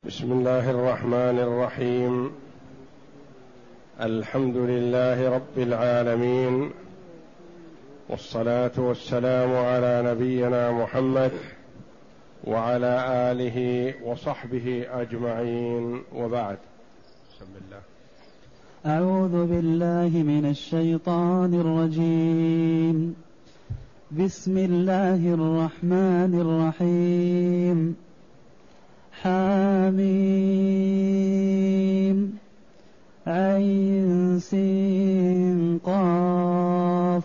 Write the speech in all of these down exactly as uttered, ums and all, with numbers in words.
بسم الله الرحمن الرحيم. الحمد لله رب العالمين، والصلاة والسلام على نبينا محمد وعلى آله وصحبه أجمعين، وبعد. بسم الله. أعوذ بالله من الشيطان الرجيم. بسم الله الرحمن الرحيم. حاميم عين سين قاف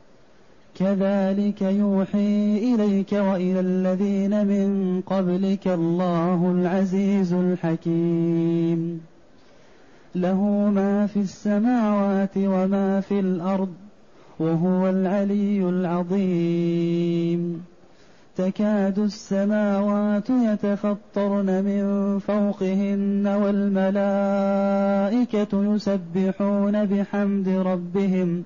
كذلك يوحي إليك وإلى الذين من قبلك الله العزيز الحكيم. له ما في السماوات وما في الأرض وهو العلي العظيم. تكاد السماوات يتفطرن من فوقهن والملائكة يسبحون بحمد ربهم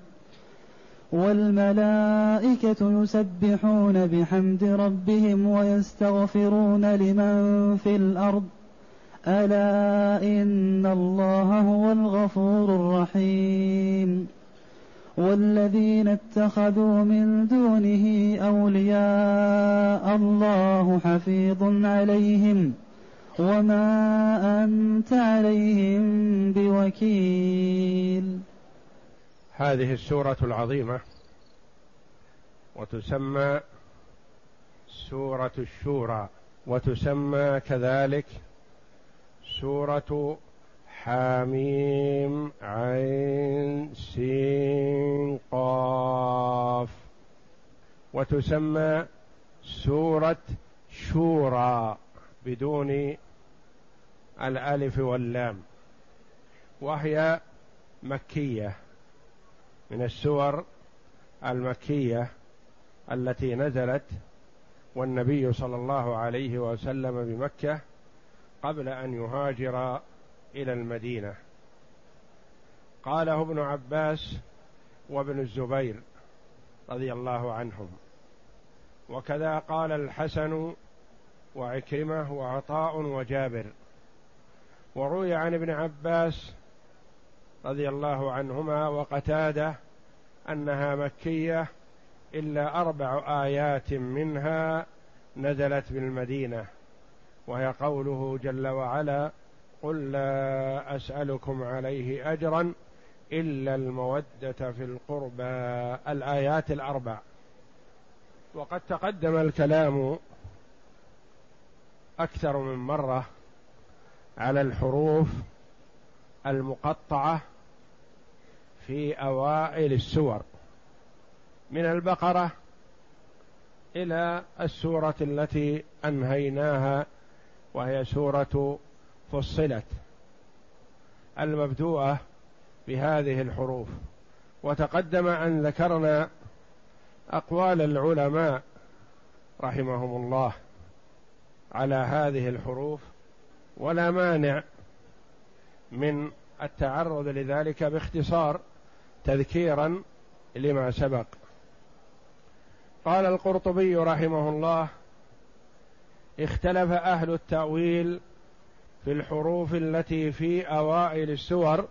والملائكة يسبحون بحمد ربهم ويستغفرون لمن في الأرض ألا إن الله هو الغفور الرحيم. والذين اتخذوا من دونه أولياء الله حفيظ عليهم وما أنت عليهم بوكيل. هذه السورة العظيمة وتسمى سورة الشورى، وتسمى كذلك سورة حاميم عين سين قاف، وتسمى سورة شورى بدون الألف واللام، وهي مكية من السور المكية التي نزلت والنبي صلى الله عليه وسلم بمكة قبل أن يهاجر إلى المدينة. قاله ابن عباس وابن الزبير رضي الله عنهم، وكذا قال الحسن وعكرمة وعطاء وجابر. وروي عن ابن عباس رضي الله عنهما وقتادة أنها مكية إلا أربع آيات منها نزلت بالمدينة، وهي قوله جل وعلا: قل لا أسألكم عليه أجرا إلا المودة في القربى. الآيات الأربع. وقد تقدم الكلام أكثر من مرة على الحروف المقطعة في أوائل السور من البقرة إلى السورة التي أنهيناها وهي سورة فصلت، المبدوءة بهذه الحروف. وتقدم أن ذكرنا أقوال العلماء رحمهم الله على هذه الحروف، ولا مانع من التعرض لذلك باختصار تذكيرا لما سبق. قال القرطبي رحمه الله: اختلف أهل التأويل في الحروف التي في أوائل السور،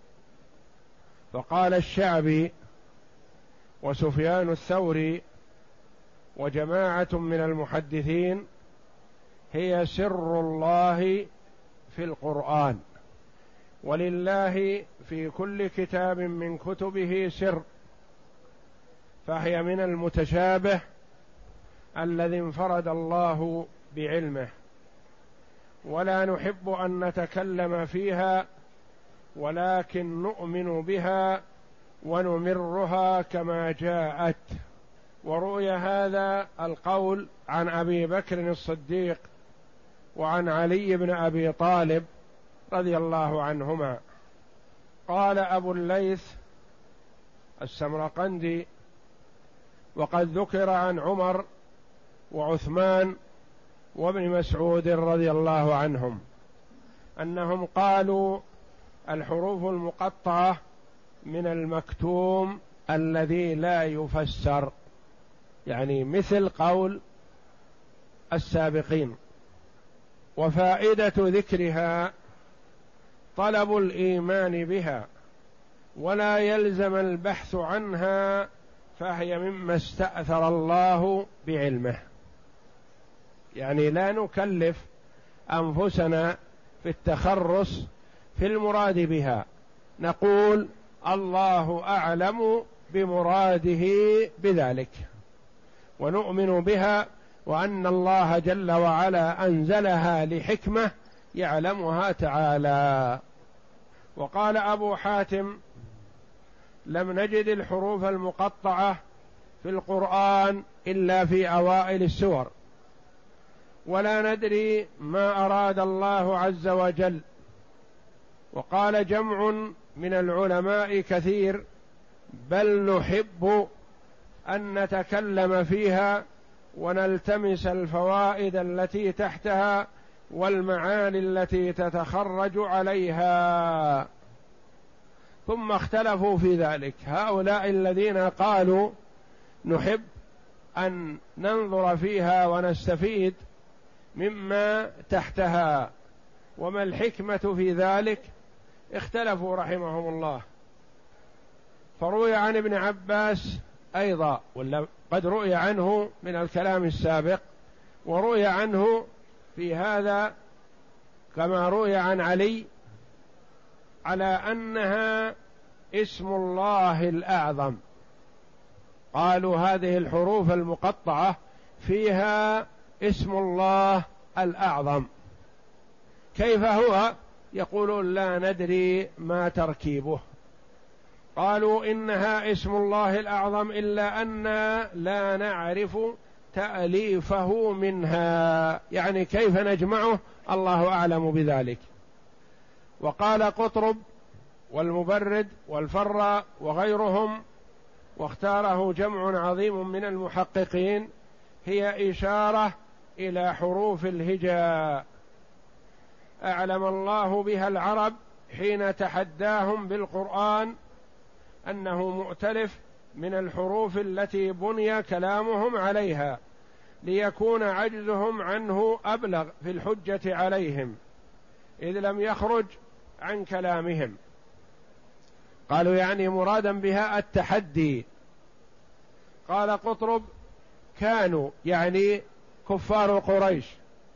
فقال الشعبي وسفيان الثوري وجماعة من المحدثين: هي سر الله في القرآن، ولله في كل كتاب من كتبه سر، فهي من المتشابه الذي انفرد الله بعلمه، ولا نحب أن نتكلم فيها ولكن نؤمن بها ونمرها كما جاءت. وروي هذا القول عن أبي بكر الصديق وعن علي بن أبي طالب رضي الله عنهما. قال أبو الليث السمرقندي: وقد ذكر عن عمر وعثمان وابن مسعود رضي الله عنهم أنهم قالوا: الحروف المقطعة من المكتوم الذي لا يفسر، يعني مثل قول السابقين وفائدة ذكرها طلب الإيمان بها، ولا يلزم البحث عنها، فهي مما استأثر الله بعلمه. يعني لا نكلف أنفسنا في التخرص في المراد بها، نقول الله أعلم بمراده بذلك، ونؤمن بها، وأن الله جل وعلا أنزلها لحكمة يعلمها تعالى. وقال أبو حاتم: لم نجد الحروف المقطعة في القرآن إلا في أوائل السور، ولا ندري ما أراد الله عز وجل. وقال جمع من العلماء كثير: بل نحب أن نتكلم فيها ونلتمس الفوائد التي تحتها والمعاني التي تتخرج عليها. ثم اختلفوا في ذلك هؤلاء الذين قالوا نحب أن ننظر فيها ونستفيد مما تحتها، وما الحكمة في ذلك؟ اختلفوا رحمهم الله. فروي عن ابن عباس أيضا، ولا قد روي عنه من الكلام السابق، وروي عنه في هذا كما روي عن علي، على أنها اسم الله الأعظم. قالوا هذه الحروف المقطعة فيها اسم الله الأعظم. كيف هو؟ يقولون لا ندري ما تركيبه. قالوا إنها اسم الله الأعظم، إلا أننا لا نعرف تأليفه منها، يعني كيف نجمعه؟ الله أعلم بذلك. وقال قطرب والمبرد والفراء وغيرهم، واختاره جمع عظيم من المحققين، هي إشارة إلى حروف الهجاء أعلم الله بها العرب حين تحداهم بالقرآن أنه مؤتلف من الحروف التي بني كلامهم عليها، ليكون عجزهم عنه أبلغ في الحجة عليهم، إذ لم يخرج عن كلامهم. قالوا يعني مرادا بها التحدي. قال قطرب: كانوا يعني كفار قريش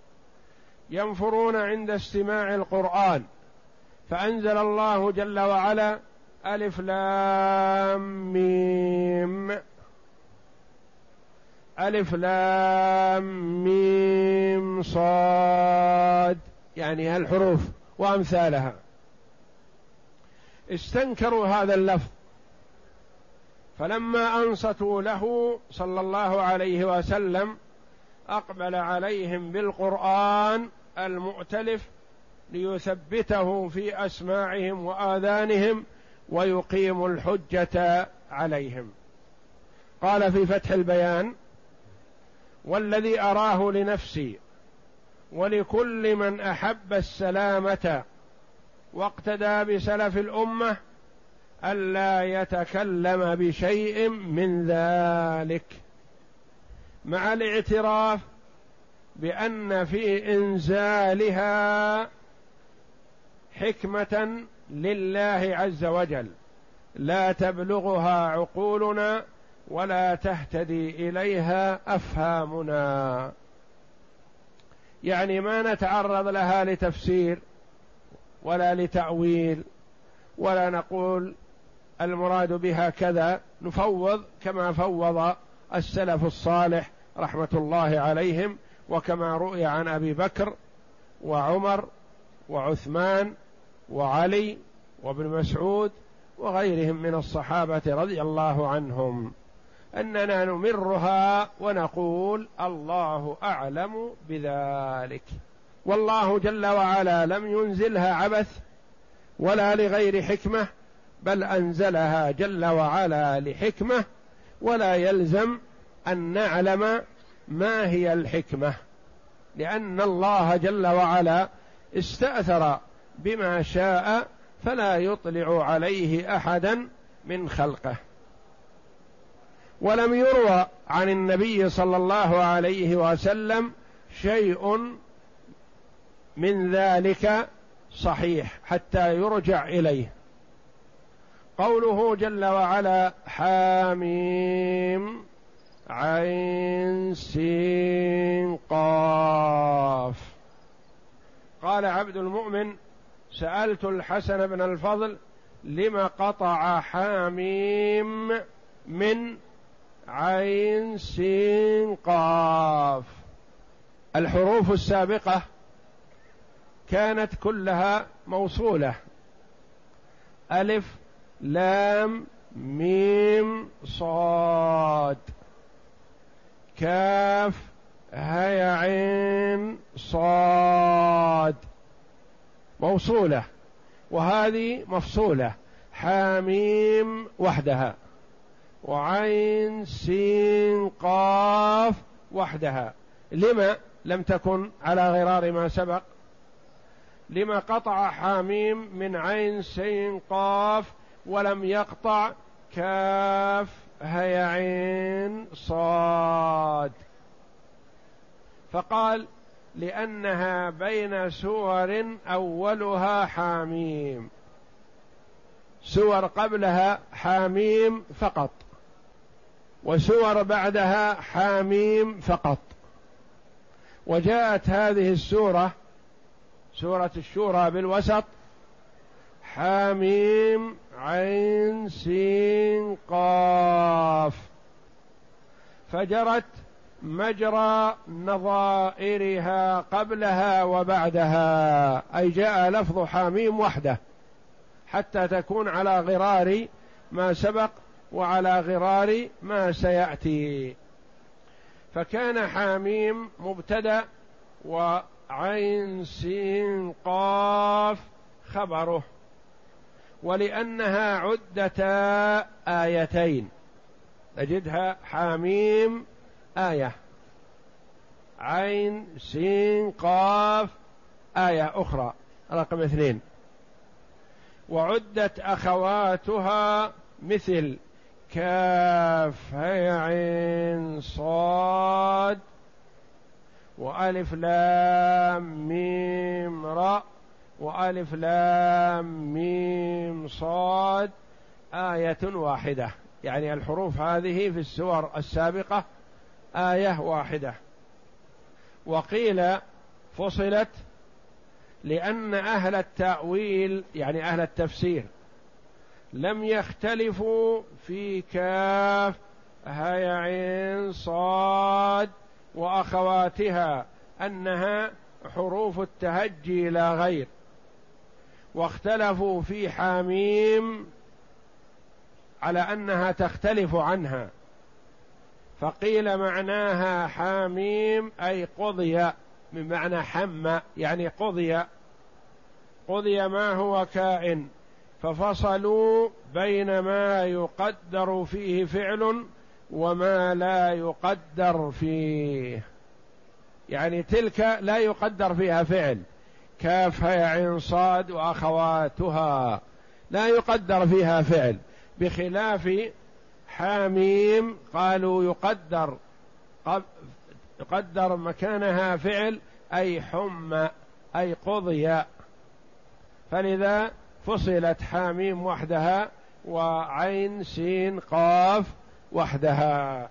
ينفرون عند استماع القرآن، فأنزل الله جل وعلا: ألف لام ميم، ألف لام ميم صاد، يعني هالحروف وأمثالها. استنكروا هذا اللفظ، فلما أنصتوا له صلى الله عليه وسلم أقبل عليهم بالقرآن المؤتلف ليثبته في أسماعهم وآذانهم ويقيم الحجة عليهم. قال في فتح البيان: والذي أراه لنفسي ولكل من أحب السلامة واقتدى بسلف الأمة ألا يتكلم بشيء من ذلك، مع الاعتراف بأن في إنزالها حكمة لله عز وجل لا تبلغها عقولنا ولا تهتدي إليها أفهامنا، يعني ما نتعرض لها لتفسير ولا لتأويل، ولا نقول المراد بها كذا، نفوض كما فوض السلف الصالح رحمة الله عليهم، وكما رؤي عن أبي بكر وعمر وعثمان وعلي وابن مسعود وغيرهم من الصحابة رضي الله عنهم، أننا نمرها ونقول الله أعلم بذلك. والله جل وعلا لم ينزلها عبث ولا لغير حكمة، بل أنزلها جل وعلا لحكمة، ولا يلزم أن نعلم ما هي الحكمة، لأن الله جل وعلا استأثر بما شاء فلا يطلع عليه أحدا من خلقه. ولم يروى عن النبي صلى الله عليه وسلم شيء من ذلك صحيح حتى يرجع إليه. قوله جل وعلا حاميم عين سين قاف. قال عبد المؤمن سألت الحسن بن الفضل لم قطع حاميم من عين سين قاف؟ الحروف السابقة كانت كلها موصولة، ألف لام ميم صاد كاف هاء عين صاد موصولة، وهذه مفصولة حاميم وحدها، وعين سين قاف وحدها. لما لم تكن على غرار ما سبق؟ لما قطع حاميم من عين سين قاف ولم يقطع كاف هاء عين صاد؟ فقال لأنها بين سور أولها حاميم، سور قبلها حاميم فقط، وسور بعدها حاميم فقط. وجاءت هذه السورة سورة الشورى بالوسط حاميم عين سين قاف، فجرت مجرى نظائرها قبلها وبعدها، أي جاء لفظ حاميم وحده حتى تكون على غرار ما سبق وعلى غرار ما سيأتي. فكان حاميم مبتدأ وعين سين قاف خبره، ولأنها عدتا آيتين تجدها حاميم آية، عين سين قاف آية أخرى رقم اثنين، وعدت أخواتها مثل كاف هاء عين صاد وألف لام ميم راء وألف لام ميم صاد آية واحدة. يعني الحروف هذه في السور السابقة آية واحدة. وقيل فصلت لأن أهل التأويل يعني أهل التفسير لم يختلفوا في كاف هاء عين صاد وأخواتها أنها حروف التهجي لا غير، واختلفوا في حاميم على أنها تختلف عنها، فقيل معناها حاميم أي قضي، من معنى حم يعني قضي، قضي ما هو كائن، ففصلوا بين ما يقدر فيه فعل وما لا يقدر فيه. يعني تلك لا يقدر فيها فعل، كاف هاء عين صاد وأخواتها لا يقدر فيها فعل، بخلاف حاميم قالوا يقدر يقدر مكانها فعل أي حم أي قضي، فلذا فصلت حاميم وحدها وعين سين قاف وحدها.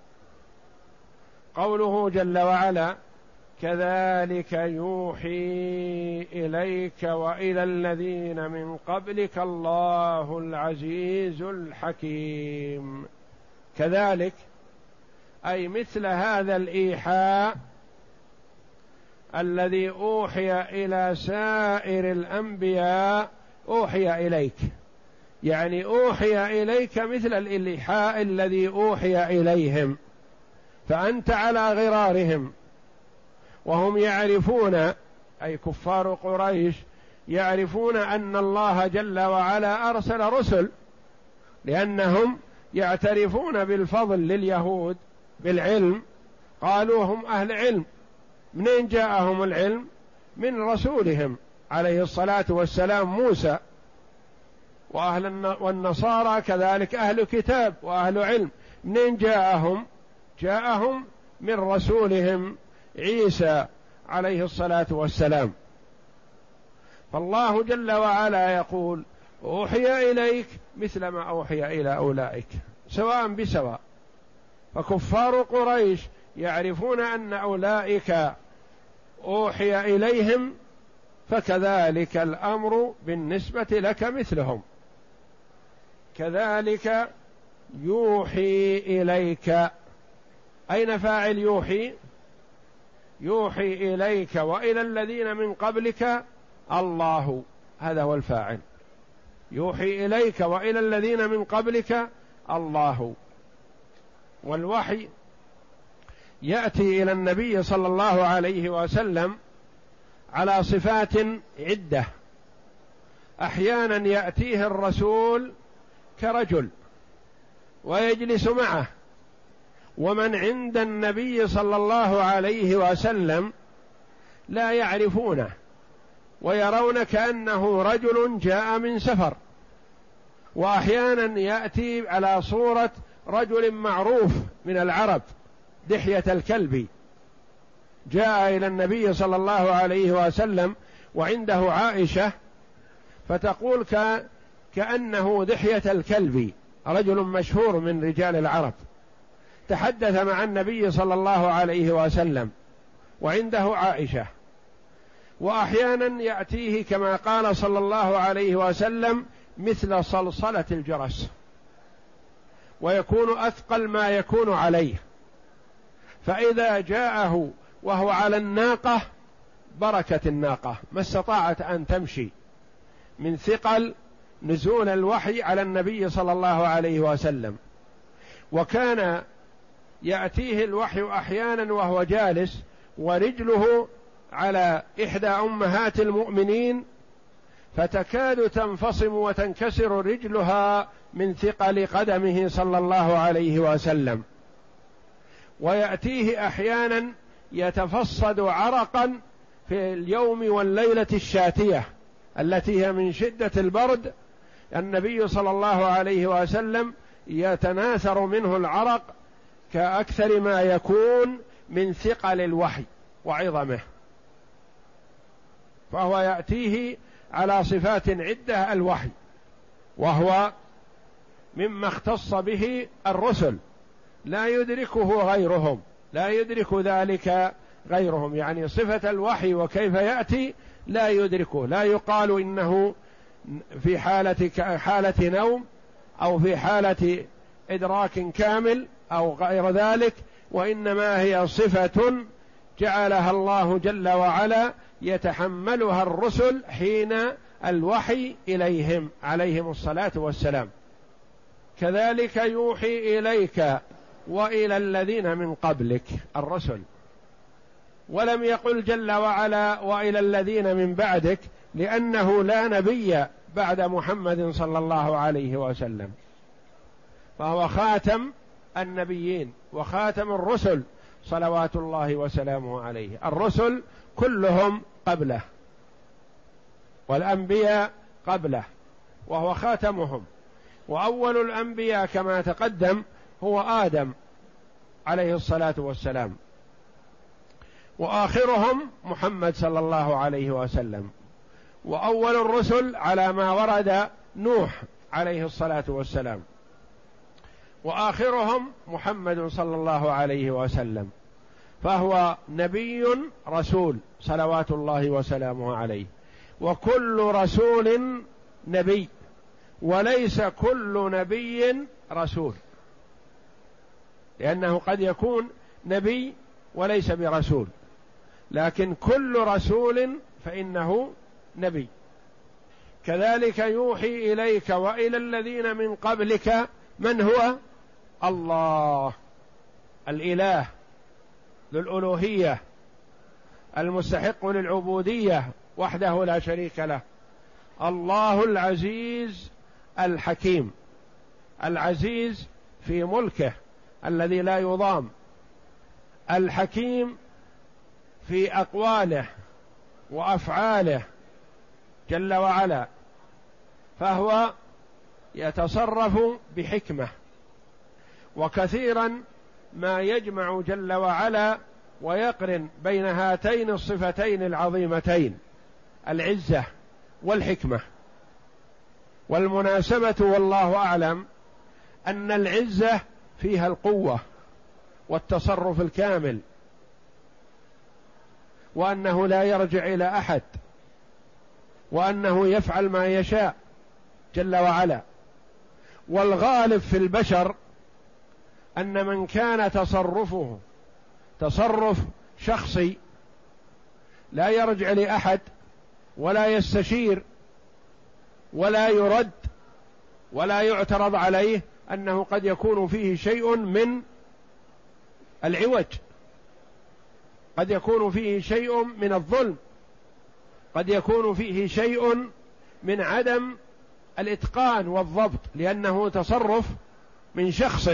قوله جل وعلا كذلك يوحي إليك وإلى الذين من قبلك الله العزيز الحكيم. كذلك أي مثل هذا الإيحاء الذي أوحي إلى سائر الأنبياء أوحي إليك، يعني أوحي إليك مثل الإيحاء الذي أوحي إليهم، فأنت على غرارهم، وهم يعرفون أي كفار قريش يعرفون أن الله جل وعلا أرسل رسل، لأنهم يعترفون بالفضل لليهود بالعلم، قالوا هم أهل علم. منين جاءهم العلم؟ من رسولهم عليه الصلاة والسلام موسى، وأهل والنصارى كذلك أهل كتاب وأهل علم. منين جاءهم؟ جاءهم من رسولهم عيسى عليه الصلاة والسلام. فالله جل وعلا يقول أوحي إليك مثل ما أوحي إلى أولئك سواء بسواء. فكفار قريش يعرفون أن أولئك أوحي إليهم، فكذلك الأمر بالنسبة لك مثلهم. كذلك يوحي إليك، أين فاعل يوحي؟ يوحي إليك وإلى الذين من قبلك الله، هذا هو الفاعل. يوحي إليك وإلى الذين من قبلك الله. والوحي يأتي إلى النبي صلى الله عليه وسلم على صفات عدة. أحيانا يأتيه الرسول كرجل ويجلس معه، ومن عند النبي صلى الله عليه وسلم لا يعرفونه ويرون كأنه رجل جاء من سفر. وأحيانا يأتي على صورة رجل معروف من العرب، دحية الكلب، جاء إلى النبي صلى الله عليه وسلم وعنده عائشة، فتقول ك... كأنه دحية الكلب، رجل مشهور من رجال العرب، تحدث مع النبي صلى الله عليه وسلم وعنده عائشة. وأحيانا يأتيه كما قال صلى الله عليه وسلم مثل صلصلة الجرس، ويكون أثقل ما يكون عليه، فإذا جاءه وهو على الناقة بركت الناقة، ما استطاعت أن تمشي من ثقل نزول الوحي على النبي صلى الله عليه وسلم. وكان يأتيه الوحي أحيانا وهو جالس ورجله على إحدى أمهات المؤمنين، فتكاد تنفصم وتنكسر رجلها من ثقل قدمه صلى الله عليه وسلم. ويأتيه أحيانا يتفصد عرقا في اليوم والليلة الشاتية التي هي من شدة البرد، النبي صلى الله عليه وسلم يتناثر منه العرق كأكثر ما يكون من ثقل الوحي وعظمه. فهو يأتيه على صفات عدة الوحي، وهو مما اختص به الرسل، لا يدركه غيرهم، لا يدرك ذلك غيرهم، يعني صفة الوحي وكيف يأتي لا يدركه، لا يقال إنه في حالة حالة نوم أو في حالة إدراك كامل أو غير ذلك، وإنما هي صفة جعلها الله جل وعلا يتحملها الرسل حين الوحي إليهم عليهم الصلاة والسلام. كذلك يوحي إليك وإلى الذين من قبلك الرسل، ولم يقل جل وعلا وإلى الذين من بعدك، لأنه لا نبي بعد محمد صلى الله عليه وسلم، فهو خاتم النبيين وخاتم الرسل صلوات الله وسلامه عليه. الرسل كلهم قبله والأنبياء قبله، وهو خاتمهم. وأول الأنبياء كما تقدم هو آدم عليه الصلاة والسلام، وآخرهم محمد صلى الله عليه وسلم، وأول الرسل على ما ورد نوح عليه الصلاة والسلام، وآخرهم محمد صلى الله عليه وسلم. فهو نبي رسول صلوات الله وسلامه عليه. وكل رسول نبي، وليس كل نبي رسول، لأنه قد يكون نبي وليس برسول، لكن كل رسول فإنه نبي. كذلك يوحي إليك وإلى الذين من قبلك من هو؟ الله الإله ذو الألوهية المستحق للعبودية وحده لا شريك له، الله العزيز الحكيم، العزيز في ملكه الذي لا يضام، الحكيم في أقواله وأفعاله جل وعلا، فهو يتصرف بحكمة. وكثيرا ما يجمع جل وعلا ويقرن بين هاتين الصفتين العظيمتين، العزة والحكمة. والمناسبة والله أعلم أن العزة فيها القوة والتصرف الكامل، وأنه لا يرجع إلى أحد، وأنه يفعل ما يشاء جل وعلا. والغالب في البشر أن من كان تصرفه تصرف شخصي لا يرجع لأحد ولا يستشير ولا يرد ولا يعترض عليه، أنه قد يكون فيه شيء من العوج، قد يكون فيه شيء من الظلم، قد يكون فيه شيء من عدم الإتقان والضبط، لأنه تصرف من شخص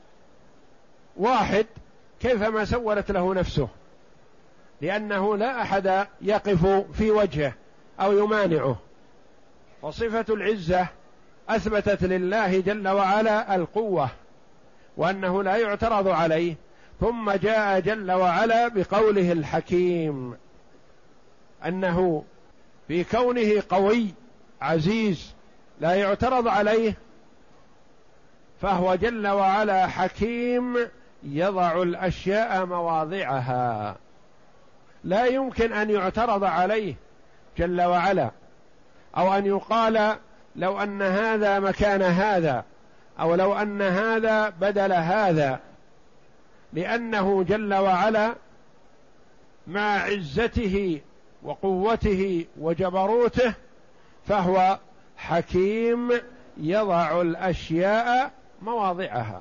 واحد كيفما سولت له نفسه، لأنه لا أحد يقف في وجهه أو يمانعه. وصفة العزة أثبتت لله جل وعلا القوة وأنه لا يعترض عليه، ثم جاء جل وعلا بقوله الحكيم أنه في كونه قوي عزيز لا يعترض عليه، فهو جل وعلا حكيم يضع الأشياء مواضعها، لا يمكن أن يعترض عليه جل وعلا، أو أن يقال لو أن هذا مكان هذا، أو لو أن هذا بدل هذا، لأنه جل وعلا مع عزته وقوته وجبروته فهو حكيم يضع الأشياء مواضعها.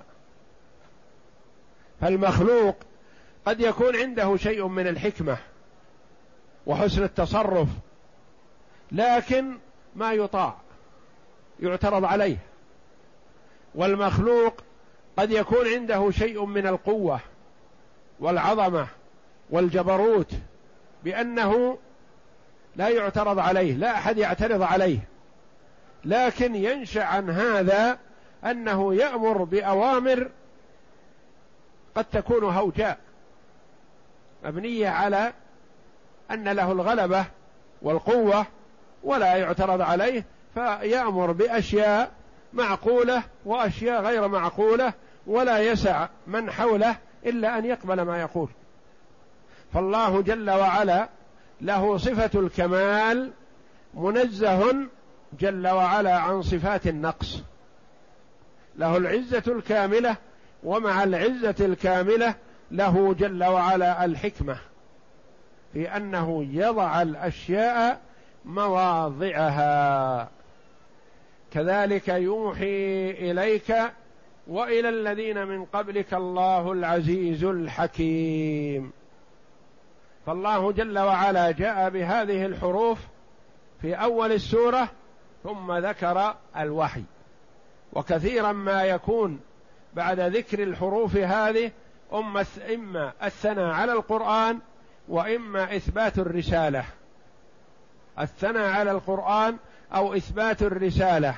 فالمخلوق قد يكون عنده شيء من الحكمة وحسن التصرف، لكن ما يطاع، يعترض عليه. والمخلوق قد يكون عنده شيء من القوة والعظمة والجبروت، بأنه لا يعترض عليه، لا أحد يعترض عليه، لكن ينشأ عن هذا أنه يأمر بأوامر قد تكون هوجاء مبنية على أن له الغلبة والقوة ولا يعترض عليه، فيأمر بأشياء معقولة وأشياء غير معقولة، ولا يسع من حوله إلا أن يقبل ما يقول. فالله جل وعلا له صفة الكمال، منزه جل وعلا عن صفات النقص، له العزة الكاملة، ومع العزة الكاملة له جل وعلا الحكمة في أنه يضع الأشياء مواضعها. كذلك يوحي إليك وإلى الذين من قبلك الله العزيز الحكيم. فالله جل وعلا جاء بهذه الحروف في أول السورة ثم ذكر الوحي، وكثيرا ما يكون بعد ذكر الحروف هذه إما الثناء على القرآن وإما إثبات الرسالة، الثناء على القرآن أو إثبات الرسالة.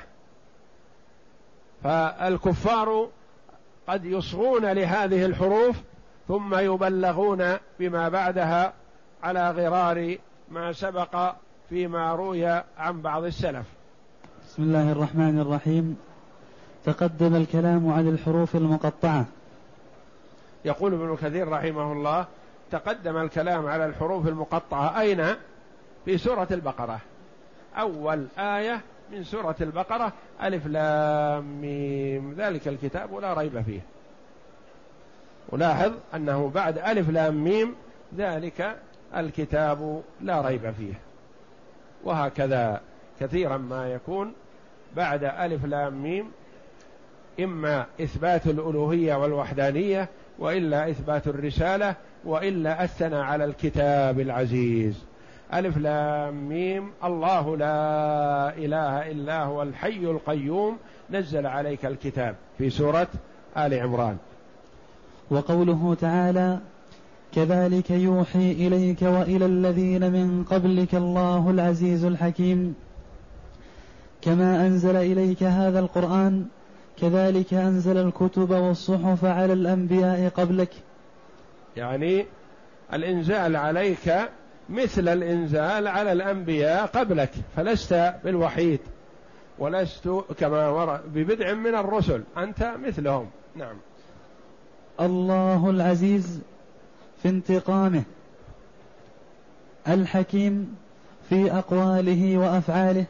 فالكفار قد يصغون لهذه الحروف ثم يبلغون بما بعدها على غرار ما سبق فيما روي عن بعض السلف. بسم الله الرحمن الرحيم. تقدم الكلام عن الحروف المقطعة. يقول ابن كثير رحمه الله: تقدم الكلام على الحروف المقطعة. أين؟ في سورة البقرة، أول آية من سورة البقرة: ألف لام ميم ذلك الكتاب لا ريب فيه. ولاحظ أنه بعد ألف لام ميم ذلك الكتاب لا ريب فيه. وهكذا كثيرا ما يكون بعد ألف لام ميم إما إثبات الألوهية والوحدانية، وإلا إثبات الرسالة، وإلا الثناء على الكتاب العزيز. ألف لام ميم الله لا إله إلا هو الحي القيوم نزل عليك الكتاب في سورة آل عمران. وقوله تعالى: كذلك يوحي إليك وإلى الذين من قبلك الله العزيز الحكيم. كما أنزل إليك هذا القرآن كذلك أنزل الكتب والصحف على الأنبياء قبلك. يعني الإنزال عليك مثل الإنزال على الأنبياء قبلك، فلست بالوحيد ولست كما ورد ببدع من الرسل، أنت مثلهم. نعم. الله العزيز في انتقامه، الحكيم في أقواله وأفعاله.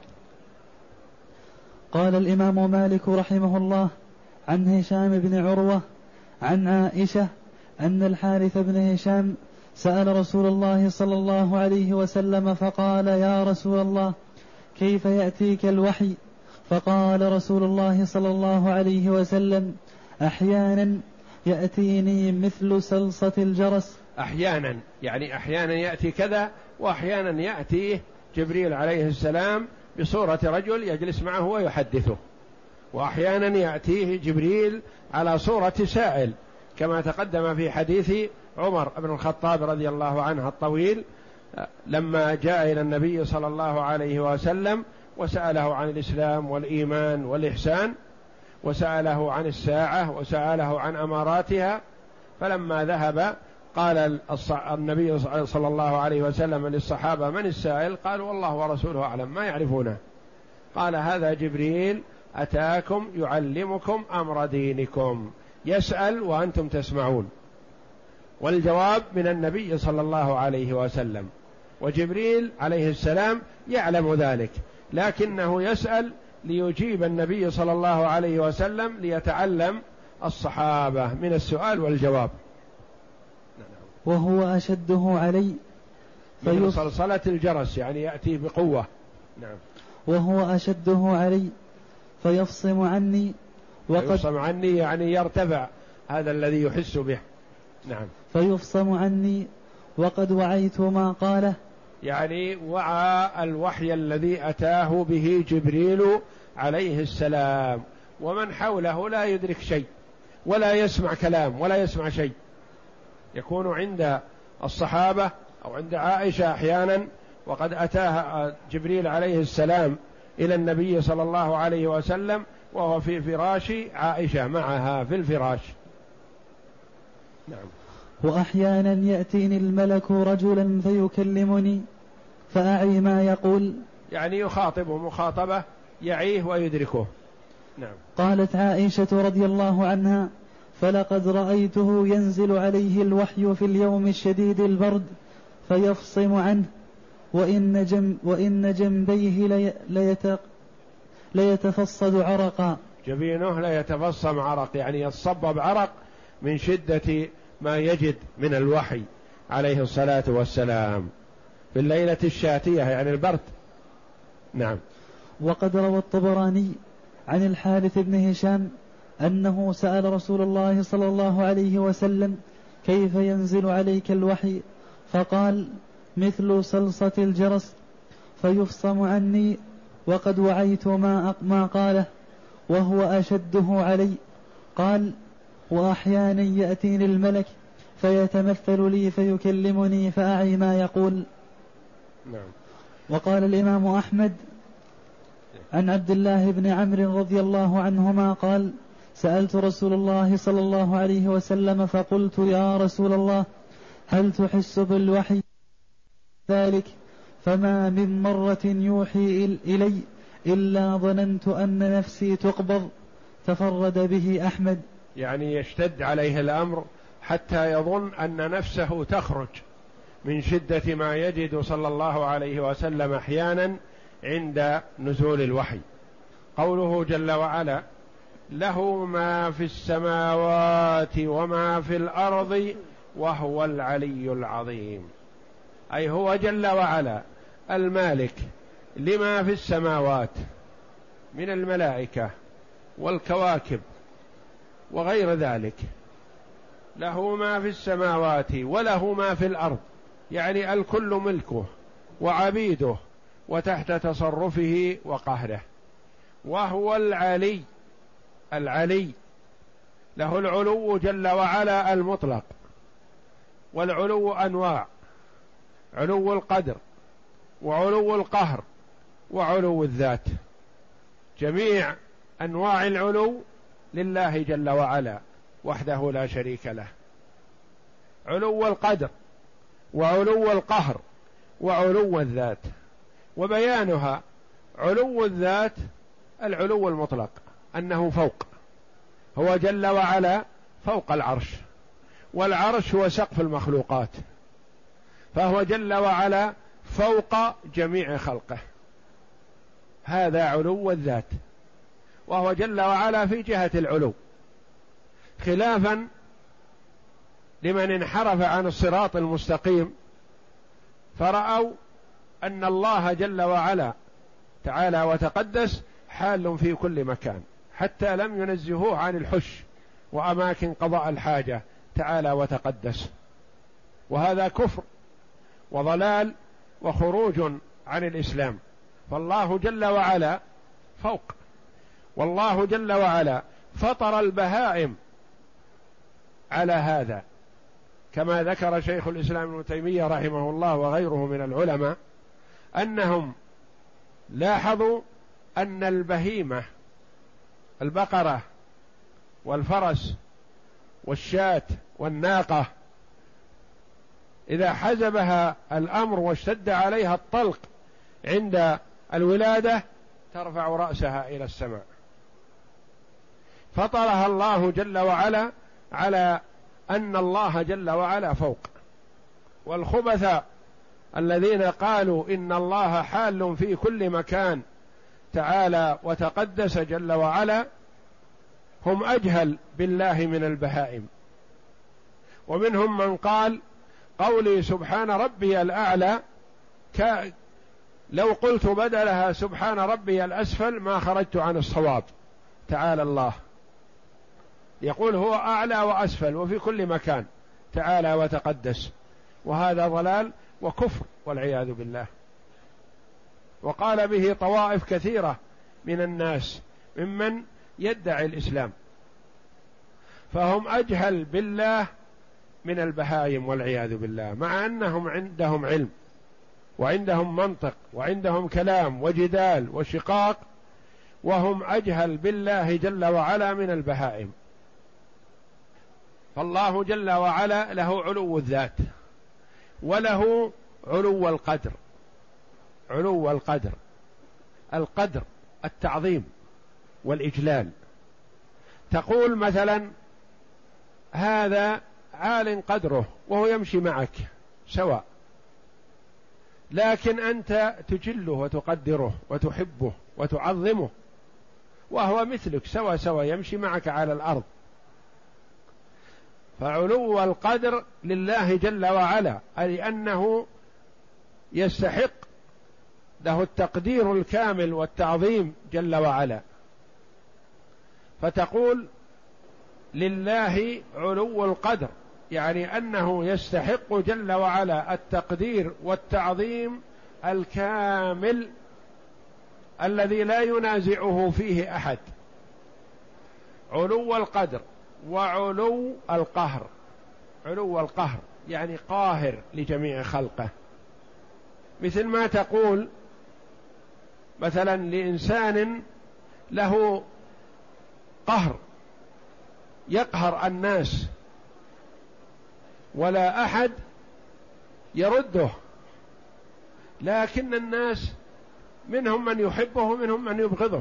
قال الإمام مالك رحمه الله عن هشام بن عروة عن عائشة أن الحارث بن هشام سأل رسول الله صلى الله عليه وسلم فقال: يا رسول الله، كيف يأتيك الوحي؟ فقال رسول الله صلى الله عليه وسلم: أحيانا يأتيني مثل سلصة الجرس. أحيانا يعني أحيانا يأتي كذا، وأحيانا يأتيه جبريل عليه السلام بصورة رجل يجلس معه ويحدثه، وأحيانا يأتيه جبريل على صورة سائل كما تقدم في حديث عمر بن الخطاب رضي الله عنه الطويل، لما جاء إلى النبي صلى الله عليه وسلم وسأله عن الإسلام والإيمان والإحسان، وسأله عن الساعة، وسأله عن أماراتها، فلما ذهب قال النبي صلى الله عليه وسلم للصحابة: من السائل؟ قالوا: والله ورسوله أعلم، ما يعرفونه. قال: هذا جبريل أتاكم يعلمكم أمر دينكم، يسأل وأنتم تسمعون، والجواب من النبي صلى الله عليه وسلم، وجبريل عليه السلام يعلم ذلك، لكنه يسأل ليجيب النبي صلى الله عليه وسلم ليتعلم الصحابة من السؤال والجواب. وهو أشده علي من صلصلة الجرس، يعني يأتي بقوة. نعم. وهو أشده علي فيفصم عني وقد يفصم عني يعني يرتفع هذا الذي يحس به. نعم. فيفصم عني وقد وعيت ما قاله، يعني وعى الوحي الذي أتاه به جبريل عليه السلام، ومن حوله لا يدرك شيء ولا يسمع كلام ولا يسمع شيء. يكون عند الصحابة أو عند عائشة أحيانا وقد أتاها جبريل عليه السلام إلى النبي صلى الله عليه وسلم وهو في فراش عائشة معها في الفراش. نعم. وأحيانا يأتيني الملك رجلا فيكلمني فأعي ما يقول، يعني يخاطبه مخاطبة يعيه ويدركه. نعم. قالت عائشة رضي الله عنها: فلقد رأيته ينزل عليه الوحي في اليوم الشديد البرد فيفصم عنه، وإن, جم وإن جنبيه لي ليت ليتفصد عرقا. جبينه ليتفصم عرق، يعني يتصبب عرق من شدة ما يجد من الوحي عليه الصلاة والسلام في الليلة الشاتية، يعني البرد. نعم. وقد روى الطبراني عن الحارث بن هشام أنه سأل رسول الله صلى الله عليه وسلم: كيف ينزل عليك الوحي؟ فقال: مثل صلصة الجرس فيفصم عني وقد وعيت ما, ما قاله، وهو أشده علي. قال: وأحيانا يأتيني الملك فيتمثل لي فيكلمني فأعي ما يقول. نعم. وقال الإمام أحمد عن عبد الله بن عمرو رضي الله عنهما قال: سألت رسول الله صلى الله عليه وسلم فقلت: يا رسول الله، هل تحس بالوحي ذلك؟ فما من مرة يوحي إلي إلا ظننت أن نفسي تقبض. تفرد به أحمد. يعني يشتد عليه الأمر حتى يظن أن نفسه تخرج من شدة ما يجد صلى الله عليه وسلم أحيانا عند نزول الوحي. قوله جل وعلا: له ما في السماوات وما في الأرض وهو العلي العظيم، أي هو جل وعلا المالك لما في السماوات من الملائكة والكواكب وغير ذلك. له ما في السماوات وله ما في الأرض، يعني الكل ملكه وعبيده وتحت تصرفه وقهره. وهو العلي، العلي له العلو جل وعلا المطلق، والعلو أنواع: علو القدر وعلو القهر وعلو الذات. جميع أنواع العلو لله جل وعلا وحده لا شريك له. علو القدر وعلو القهر وعلو الذات. وبيانها: علو الذات العلو المطلق، أنه فوق، هو جل وعلا فوق العرش، والعرش هو سقف المخلوقات، فهو جل وعلا فوق جميع خلقه، هذا علو الذات، وهو جل وعلا في جهة العلو، خلافا لمن انحرف عن الصراط المستقيم فرأوا أن الله جل وعلا تعالى وتقدس حال في كل مكان، حتى لم ينزهوه عن الحش وأماكن قضاء الحاجة تعالى وتقدس، وهذا كفر وضلال وخروج عن الإسلام. فالله جل وعلا فوق، والله جل وعلا فطر البهائم على هذا، كما ذكر شيخ الإسلام ابن تيمية رحمه الله وغيره من العلماء أنهم لاحظوا أن البهيمة البقرة والفرس والشاة والناقة إذا حزبها الأمر واشتد عليها الطلق عند الولادة ترفع رأسها إلى السماء، فطرها الله جل وعلا على أن الله جل وعلا فوق. والخبث الذين قالوا إن الله حال في كل مكان تعالى وتقدس جل وعلا هم أجهل بالله من البهائم. ومنهم من قال: قولي سبحان ربي الأعلى ك... لو قلت بدلها سبحان ربي الأسفل ما خرجت عن الصواب. تعالى الله يقول هو أعلى وأسفل وفي كل مكان تعالى وتقدس، وهذا ضلال وكفر والعياذ بالله. وقال به طوائف كثيرة من الناس ممن يدعي الإسلام، فهم أجهل بالله من البهائم والعياذ بالله، مع أنهم عندهم علم وعندهم منطق وعندهم كلام وجدال وشقاق، وهم أجهل بالله جل وعلا من البهائم. فالله جل وعلا له علو الذات وله علو القدر. علو القدر، القدر التعظيم والإجلال. تقول مثلا هذا عال قدره وهو يمشي معك سواء، لكن أنت تجله وتقدره وتحبه وتعظمه، وهو مثلك سوا سوا يمشي معك على الأرض. فعلو القدر لله جل وعلا، أي أنه يستحق له التقدير الكامل والتعظيم جل وعلا. فتقول لله علو القدر، يعني أنه يستحق جل وعلا التقدير والتعظيم الكامل الذي لا ينازعه فيه أحد. علو القدر وعلو القهر. علو القهر يعني قاهر لجميع خلقه، مثل ما تقول مثلا لإنسان له قهر يقهر الناس ولا أحد يرده، لكن الناس منهم من يحبه ومنهم من يبغضه،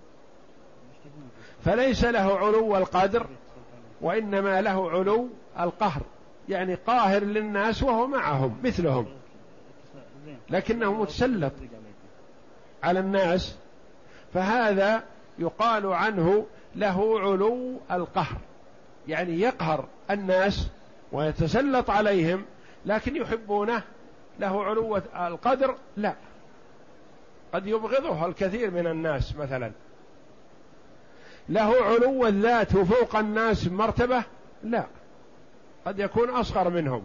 فليس له علو القدر وإنما له علو القهر، يعني قاهر للناس وهو معهم مثلهم، لكنه متسلط على الناس، فهذا يقال عنه له علو القهر، يعني يقهر الناس ويتسلط عليهم لكن يحبونه. له علو القدر لا، قد يبغضه الكثير من الناس مثلا. له علو الذات فوق الناس مرتبة لا، قد يكون أصغر منهم.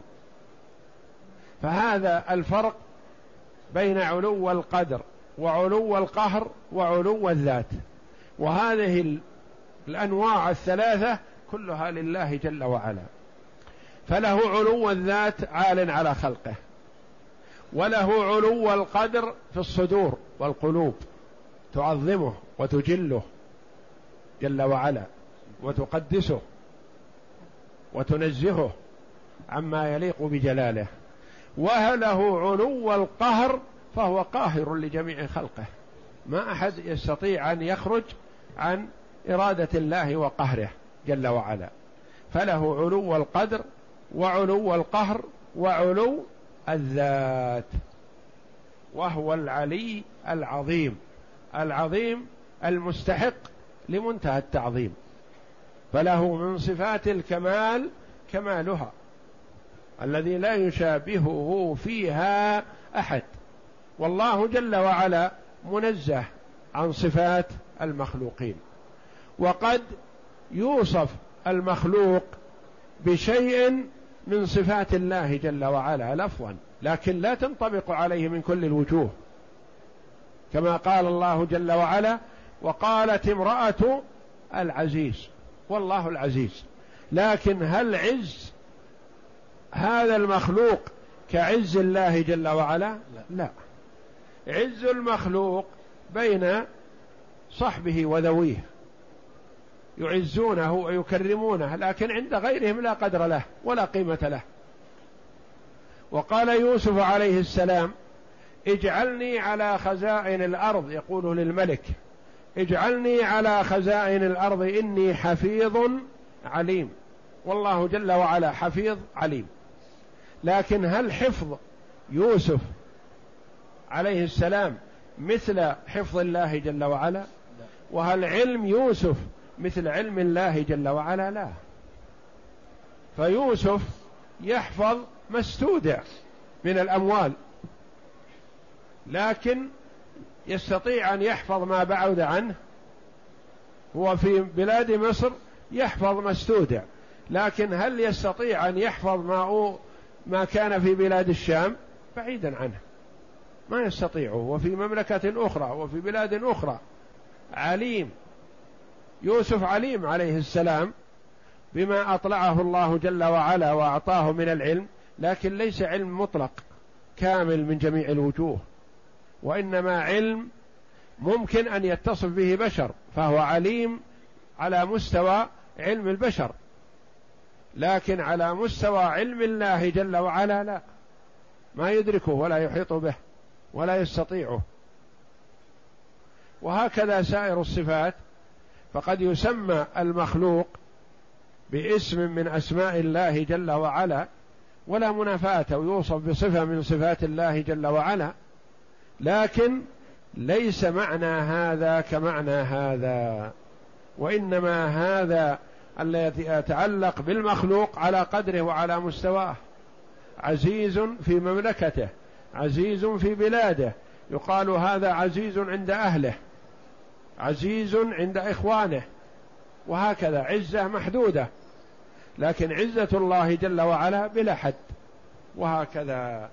فهذا الفرق بين علو القدر وعلو القهر وعلو الذات، وهذه الأنواع الثلاثة كلها لله جل وعلا. فله علو الذات عال على خلقه، وله علو القدر في الصدور والقلوب، تعظمه وتجله جل وعلا وتقدسه وتنزهه عما يليق بجلاله. وله علو القهر فهو قاهر لجميع خلقه، ما أحد يستطيع أن يخرج عن إرادة الله وقهره جل وعلا، فله علو القدر وعلو القهر وعلو الذات، وهو العلي العظيم، العظيم المستحق لمنتهى التعظيم، فله من صفات الكمال كمالها الذي لا يشابهه فيها أحد، والله جل وعلا منزه عن صفات المخلوقين. وقد يوصف المخلوق بشيء من صفات الله جل وعلا لفظا، لكن لا تنطبق عليه من كل الوجوه، كما قال الله جل وعلا: وقالت امرأة العزيز، والله العزيز، لكن هل عز هذا المخلوق كعز الله جل وعلا؟ لا، عز المخلوق بين صحبه وذويه يعزونه ويكرمونه، لكن عند غيرهم لا قدر له ولا قيمة له. وقال يوسف عليه السلام: اجعلني على خزائن الأرض، يقول للملك: اجعلني على خزائن الأرض إني حفيظ عليم، والله جل وعلا حفيظ عليم. لكن هل حفظ يوسف عليه السلام مثل حفظ الله جل وعلا؟ وهل علم يوسف مثل علم الله جل وعلا؟ لا. فيوسف يحفظ ما استودع من الأموال، لكن يستطيع أن يحفظ ما بعد عنه. هو في بلاد مصر يحفظ ما استودع، لكن هل يستطيع أن يحفظ ما ما كان في بلاد الشام؟ بعيدا عنه، ما يستطيعه، وفي مملكة أخرى وفي بلاد أخرى. عليم يوسف، عليم عليه السلام بما أطلعه الله جل وعلا وأعطاه من العلم، لكن ليس علم مطلق كامل من جميع الوجوه، وإنما علم ممكن أن يتصف به بشر، فهو عليم على مستوى علم البشر، لكن على مستوى علم الله جل وعلا لا، ما يدركه ولا يحيط به ولا يستطيعه. وهكذا سائر الصفات، فقد يسمى المخلوق باسم من أسماء الله جل وعلا ولا منافاة، ويوصف بصفة من صفات الله جل وعلا، لكن ليس معنى هذا كمعنى هذا، وإنما هذا الذي يتعلق بالمخلوق على قدره وعلى مستواه. عزيز في مملكته، عزيز في بلاده، يقال هذا عزيز عند أهله، عزيز عند إخوانه، وهكذا عزة محدودة، لكن عزة الله جل وعلا بلا حد. وهكذا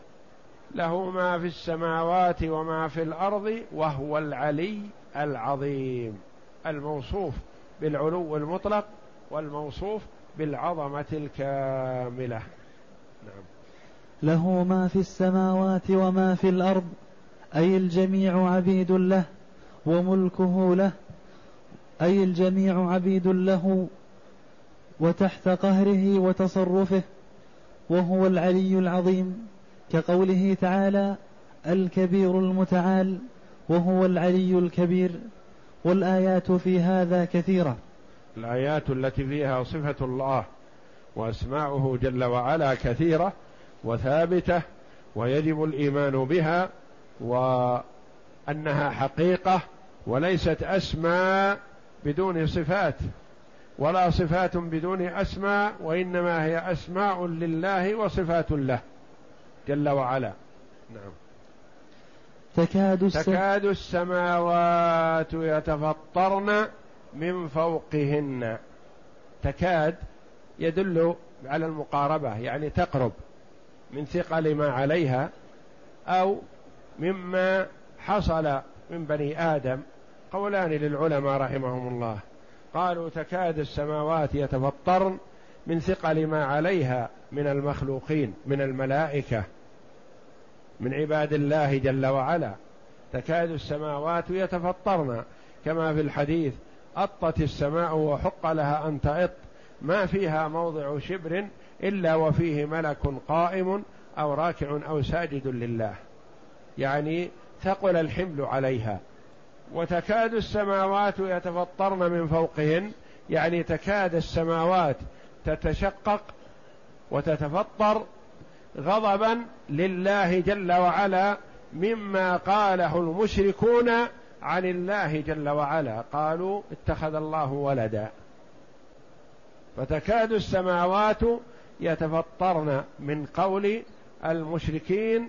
له ما في السماوات وما في الأرض وهو العلي العظيم، الموصوف بالعلو المطلق والموصوف بالعظمة الكاملة. نعم. له ما في السماوات وما في الأرض، أي الجميع عبيد له وملكه له، أي الجميع عبيد له وتحت قهره وتصرفه، وهو العلي العظيم، كقوله تعالى: الكبير المتعال، وهو العلي الكبير. والآيات في هذا كثيرة، الآيات التي فيها صفة الله وأسماؤه جل وعلا كثيرة وثابتة، ويجب الإيمان بها، وأنها حقيقة وليست أسماء بدون صفات، ولا صفات بدون أسماء، وإنما هي أسماء لله وصفات له جل وعلا. نعم. تكاد, الس... تكاد السماوات يتفطرن من فوقهن. تكاد يدل على المقاربة، يعني تقرب من ثقل ما عليها أو مما حصل من بني آدم. قولان للعلماء رحمهم الله، قالوا تكاد السماوات يتفطرن من ثقل ما عليها من المخلوقين، من الملائكة، من عباد الله جل وعلا. تكاد السماوات يتفطرن، كما في الحديث: أطت السماء وحق لها أن تأط، ما فيها موضع شبر إلا وفيه ملك قائم أو راكع أو ساجد لله، يعني ثقل الحمل عليها. وتكاد السماوات يتفطرن من فوقهن، يعني تكاد السماوات تتشقق وتتفطر غضبا لله جل وعلا مما قاله المشركون عن الله جل وعلا، قالوا اتخذ الله ولدا. فتكاد السماوات يتفطرن من قول المشركين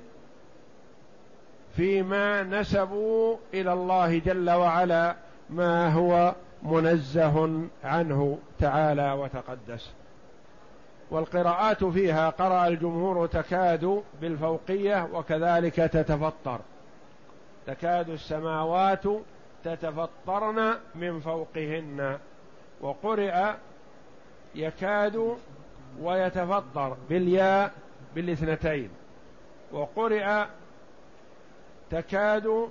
فيما نسبوا إلى الله جل وعلا ما هو منزه عنه تعالى وتقدس. والقراءات فيها قرأ الجمهور تكاد بالفوقية وكذلك تتفطر، تكاد السماوات تتفطرن من فوقهن، وقرئ يكاد ويتفطر بالياء بالاثنتين، وقرئ تكاد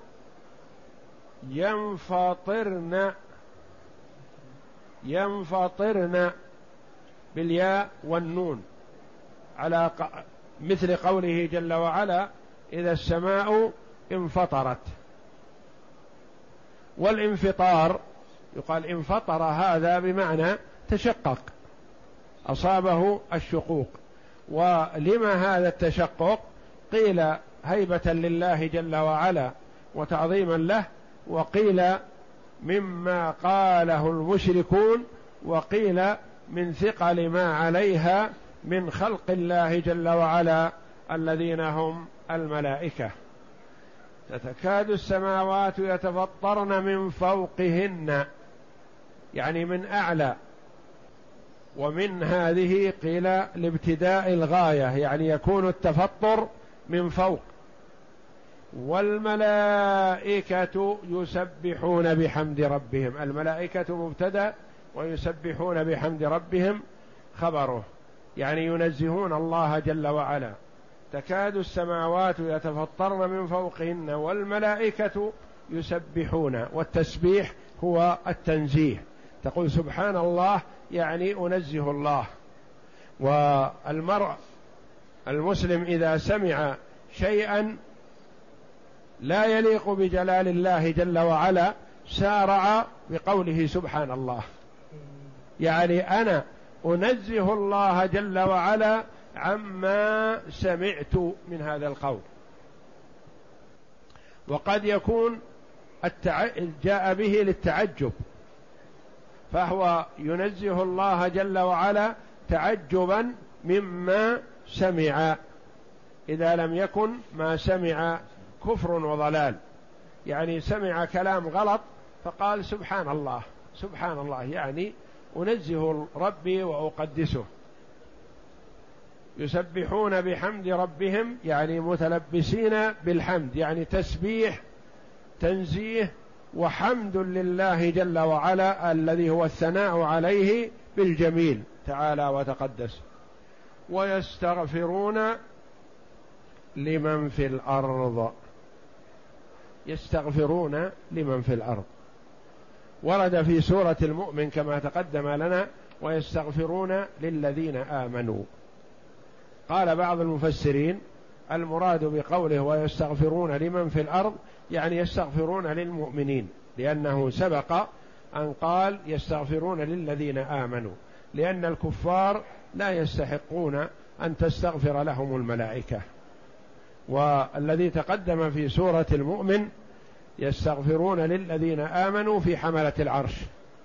ينفطرن ينفطرن بالياء والنون، على مثل قوله جل وعلا إذا السماء انفطرت. والانفطار يقال انفطر، هذا بمعنى تشقق، أصابه الشقوق. ولما هذا التشقق؟ قيل هيبة لله جل وعلا وتعظيما له، وقيل مما قاله المشركون، وقيل من ثقل ما عليها من خلق الله جل وعلا الذين هم الملائكة. تتكاد السماوات يتفطرن من فوقهن، يعني من أعلى، ومن هذه قيل لابتداء الغاية، يعني يكون التفطر من فوق. والملائكة يسبحون بحمد ربهم، الملائكة مبتدأ ويسبحون بحمد ربهم خبره، يعني ينزهون الله جل وعلا. تكاد السماوات يتفطرن من فوقهن والملائكة يسبحون، والتسبيح هو التنزيه، تقول سبحان الله يعني أنزه الله. والمرء المسلم إذا سمع شيئا لا يليق بجلال الله جل وعلا سارع بقوله سبحان الله، يعني أنا أنزه الله جل وعلا عما سمعت من هذا القول. وقد يكون التع... جاء به للتعجب، فهو ينزه الله جل وعلا تعجبا مما سمع، إذا لم يكن ما سمع كفر وضلال، يعني سمع كلام غلط فقال سبحان الله سبحان الله، يعني أنزه ربي وأقدسه. يسبحون بحمد ربهم، يعني متلبسين بالحمد، يعني تسبيح تنزيه وحمد لله جل وعلا الذي هو الثناء عليه بالجميل تعالى وتقدس. ويستغفرون لمن في الأرض، يستغفرون لمن في الأرض، ورد في سورة المؤمن كما تقدم لنا ويستغفرون للذين آمنوا. قال بعض المفسرين المراد بقوله ويستغفرون لمن في الأرض يعني يستغفرون للمؤمنين، لأنه سبق أن قال يستغفرون للذين آمنوا، لأن الكفار لا يستحقون أن تستغفر لهم الملائكة. والذي تقدم في سورة المؤمن يستغفرون للذين آمنوا في حملة العرش،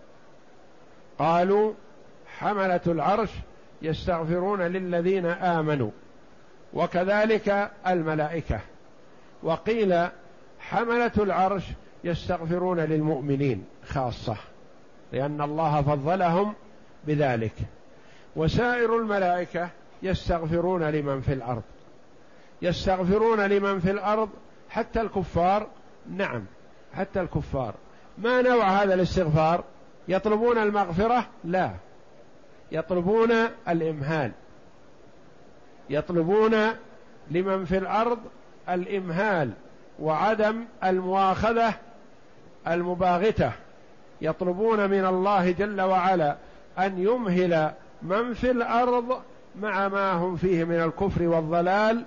قالوا حملة العرش يستغفرون للذين آمنوا، وكذلك الملائكة. وقيل حملة العرش يستغفرون للمؤمنين خاصة، لأن الله فضلهم بذلك. وسائر الملائكة يستغفرون لمن في الأرض، يستغفرون لمن في الأرض حتى الكفار. نعم حتى الكفار. ما نوع هذا الاستغفار؟ يطلبون المغفرة؟ لا، يطلبون الإمهال، يطلبون لمن في الأرض الإمهال وعدم المؤاخذة المباغتة، يطلبون من الله جل وعلا أن يمهل من في الأرض مع ما هم فيه من الكفر والضلال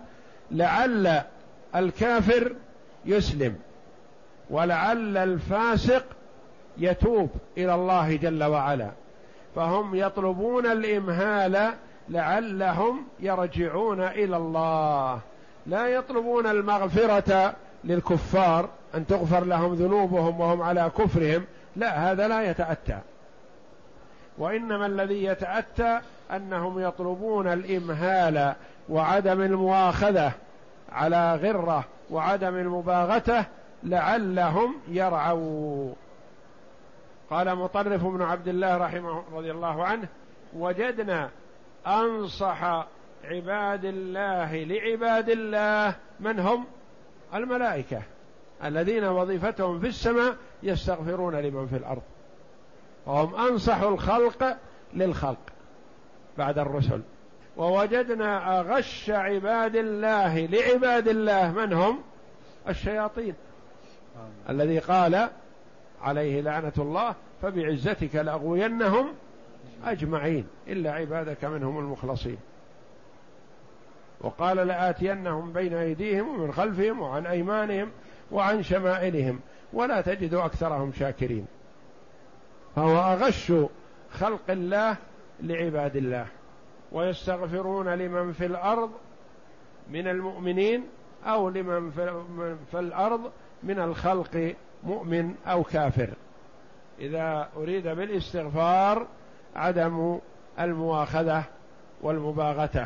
لعل الكافر يسلم ولعل الفاسق يتوب إلى الله جل وعلا، فهم يطلبون الإمهال لعلهم يرجعون إلى الله، لا يطلبون المغفرة للكفار أن تغفر لهم ذنوبهم وهم على كفرهم، لا، هذا لا يتأتى. وإنما الذي يتأتى أنهم يطلبون الإمهال وعدم المؤاخذة على غرة وعدم المباغتة لعلهم يرعوا. قال مطرف بن عبد الله رحمه رضي الله عنه: وجدنا أنصح عباد الله لعباد الله من هم؟ الملائكة الذين وظيفتهم في السماء يستغفرون لمن في الأرض، وهم أنصح الخلق للخلق بعد الرسل. ووجدنا أغش عباد الله لعباد الله من هم؟ الشياطين، الذي قال عليه لعنة الله: فبعزتك لأغوينهم أجمعين إلا عبادك منهم المخلصين. وقال: لآتينهم بين أيديهم ومن خلفهم وعن أيمانهم وعن شمائلهم ولا تجد أكثرهم شاكرين. فهو أغش خلق الله لعباد الله، ويستغفرون لمن في الأرض من المؤمنين أو لمن في الأرض من الخلق مؤمن أو كافر، إذا أريد بالاستغفار عدم المؤاخذة والمباغتة.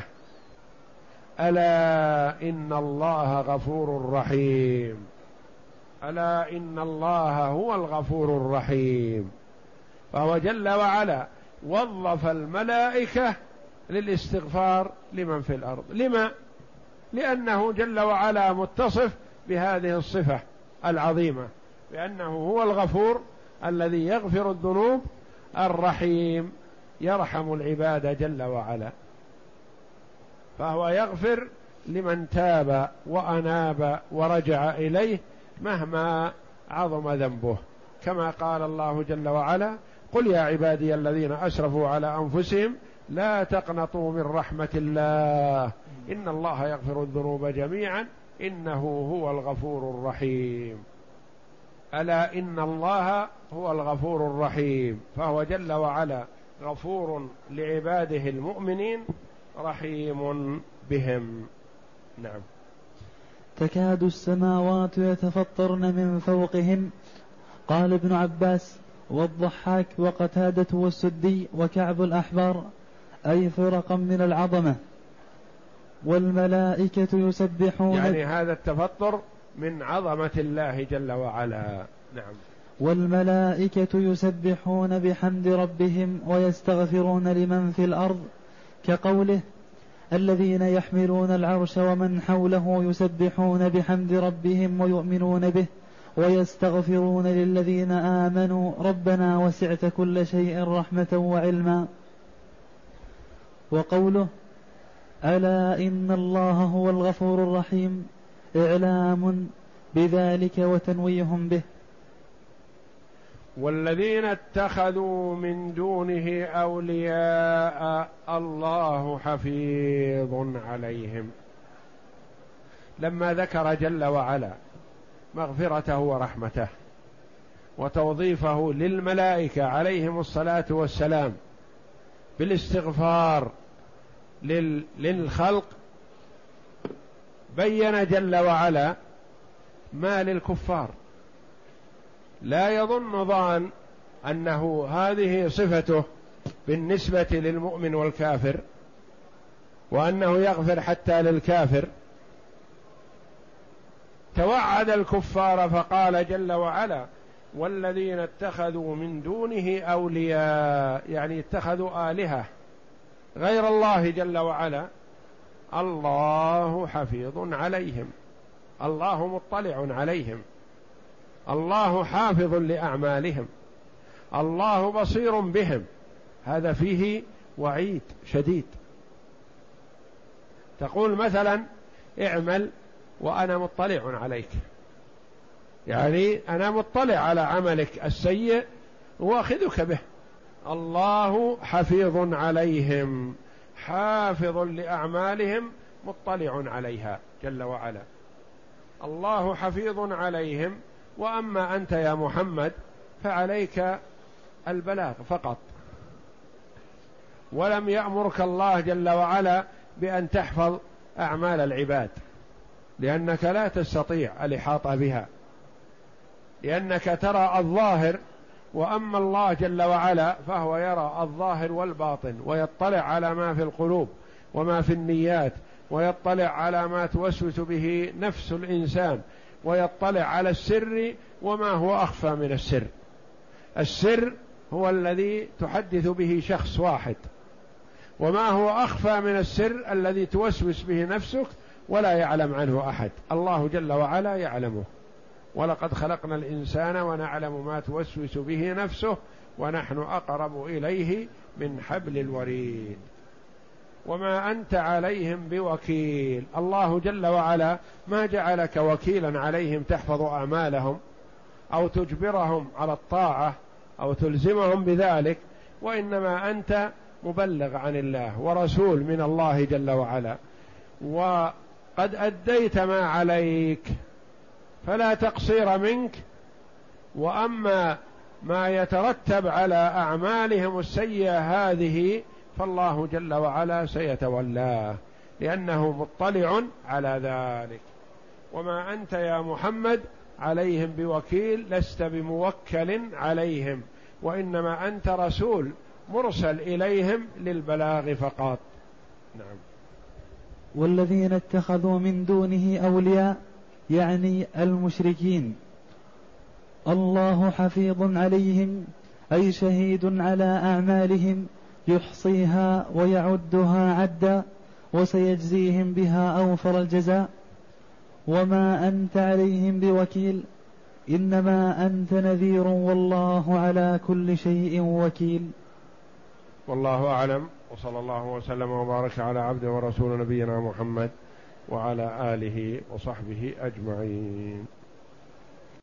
ألا إن الله غفور رحيم، ألا إن الله هو الغفور الرحيم. فهو جل وعلا وظف الملائكة للاستغفار لمن في الأرض. لما؟ لأنه جل وعلا متصف بهذه الصفة العظيمة، بأنه هو الغفور الذي يغفر الذنوب، الرحيم يرحم العباد جل وعلا. فهو يغفر لمن تاب وأناب ورجع إليه مهما عظم ذنبه، كما قال الله جل وعلا: قل يا عبادي الذين أسرفوا على أنفسهم لا تقنطوا من رحمة الله إن الله يغفر الذنوب جميعا إنه هو الغفور الرحيم. ألا إن الله هو الغفور الرحيم، فهو جل وعلا غفور لعباده المؤمنين رحيم بهم. نعم. تكاد السماوات يتفطرن من فوقهن. قال ابن عباس والضحاك وقتادة والسدي وكعب الأحبار: أي فرقا من العظمة. والملائكة يسبحون، يعني هذا التفطر من عظمة الله جل وعلا. نعم. والملائكة يسبحون بحمد ربهم ويستغفرون لمن في الأرض، كقوله: الذين يحملون العرش ومن حوله يسبحون بحمد ربهم ويؤمنون به ويستغفرون للذين آمنوا ربنا وسعت كل شيء رحمة وعلما. وقوله: ألا إن الله هو الغفور الرحيم، إعلام بذلك وتنويه به. والذين اتخذوا من دونه أولياء الله حفيظ عليهم. لما ذكر جل وعلا مغفرته ورحمته وتوظيفه للملائكة عليهم الصلاة والسلام بالاستغفار للخلق، بين جل وعلا ما للكفار. لا يظن ظان أنه هذه صفته بالنسبة للمؤمن والكافر، وأنه يغفر حتى للكافر. توعد الكفار فقال جل وعلا: والذين اتخذوا من دونه أولياء، يعني اتخذوا آلهة غير الله جل وعلا، الله حفيظ عليهم، الله مطلع عليهم، الله حافظ لأعمالهم، الله بصير بهم. هذا فيه وعيد شديد. تقول مثلا: اعمل وأنا مطلع عليك، يعني أنا مطلع على عملك السيء وأخذك به. الله حفيظ عليهم، حافظ لأعمالهم، مطلع عليها جل وعلا. الله حفيظ عليهم، وأما أنت يا محمد فعليك البلاغ فقط، ولم يأمرك الله جل وعلا بأن تحفظ أعمال العباد، لأنك لا تستطيع الإحاطة بها، لأنك ترى الظاهر، وأما الله جل وعلا فهو يرى الظاهر والباطن، ويطلع على ما في القلوب وما في النيات، ويطلع على ما توسوس به نفس الإنسان، ويطلع على السر وما هو أخفى من السر. السر هو الذي تحدث به شخص واحد، وما هو أخفى من السر الذي توسوس به نفسك ولا يعلم عنه أحد، الله جل وعلا يعلمه. ولقد خلقنا الإنسان ونعلم ما توسوس به نفسه ونحن أقرب إليه من حبل الوريد. وما أنت عليهم بوكيل، الله جل وعلا ما جعلك وكيلا عليهم تحفظ أعمالهم أو تجبرهم على الطاعة أو تلزمهم بذلك، وإنما أنت مبلغ عن الله ورسول من الله جل وعلا، وقد أديت ما عليك فلا تقصير منك. وأما ما يترتب على أعمالهم السيئة هذه فالله جل وعلا سيتولاه، لأنه مطلع على ذلك. وما أنت يا محمد عليهم بوكيل، لست بموكل عليهم، وإنما أنت رسول مرسل إليهم للبلاغ فقط. نعم. والذين اتخذوا من دونه أولياء يعني المشركين الله حفيظ عليهم، أي شهيد على أعمالهم يحصيها ويعدها عدا، وسيجزيهم بها أوفر الجزاء. وما أنت عليهم بوكيل، إنما أنت نذير، والله على كل شيء وكيل. والله أعلم، وصلى الله وسلم وبارك على عبده ورسول نبينا محمد وعلى آله وصحبه أجمعين.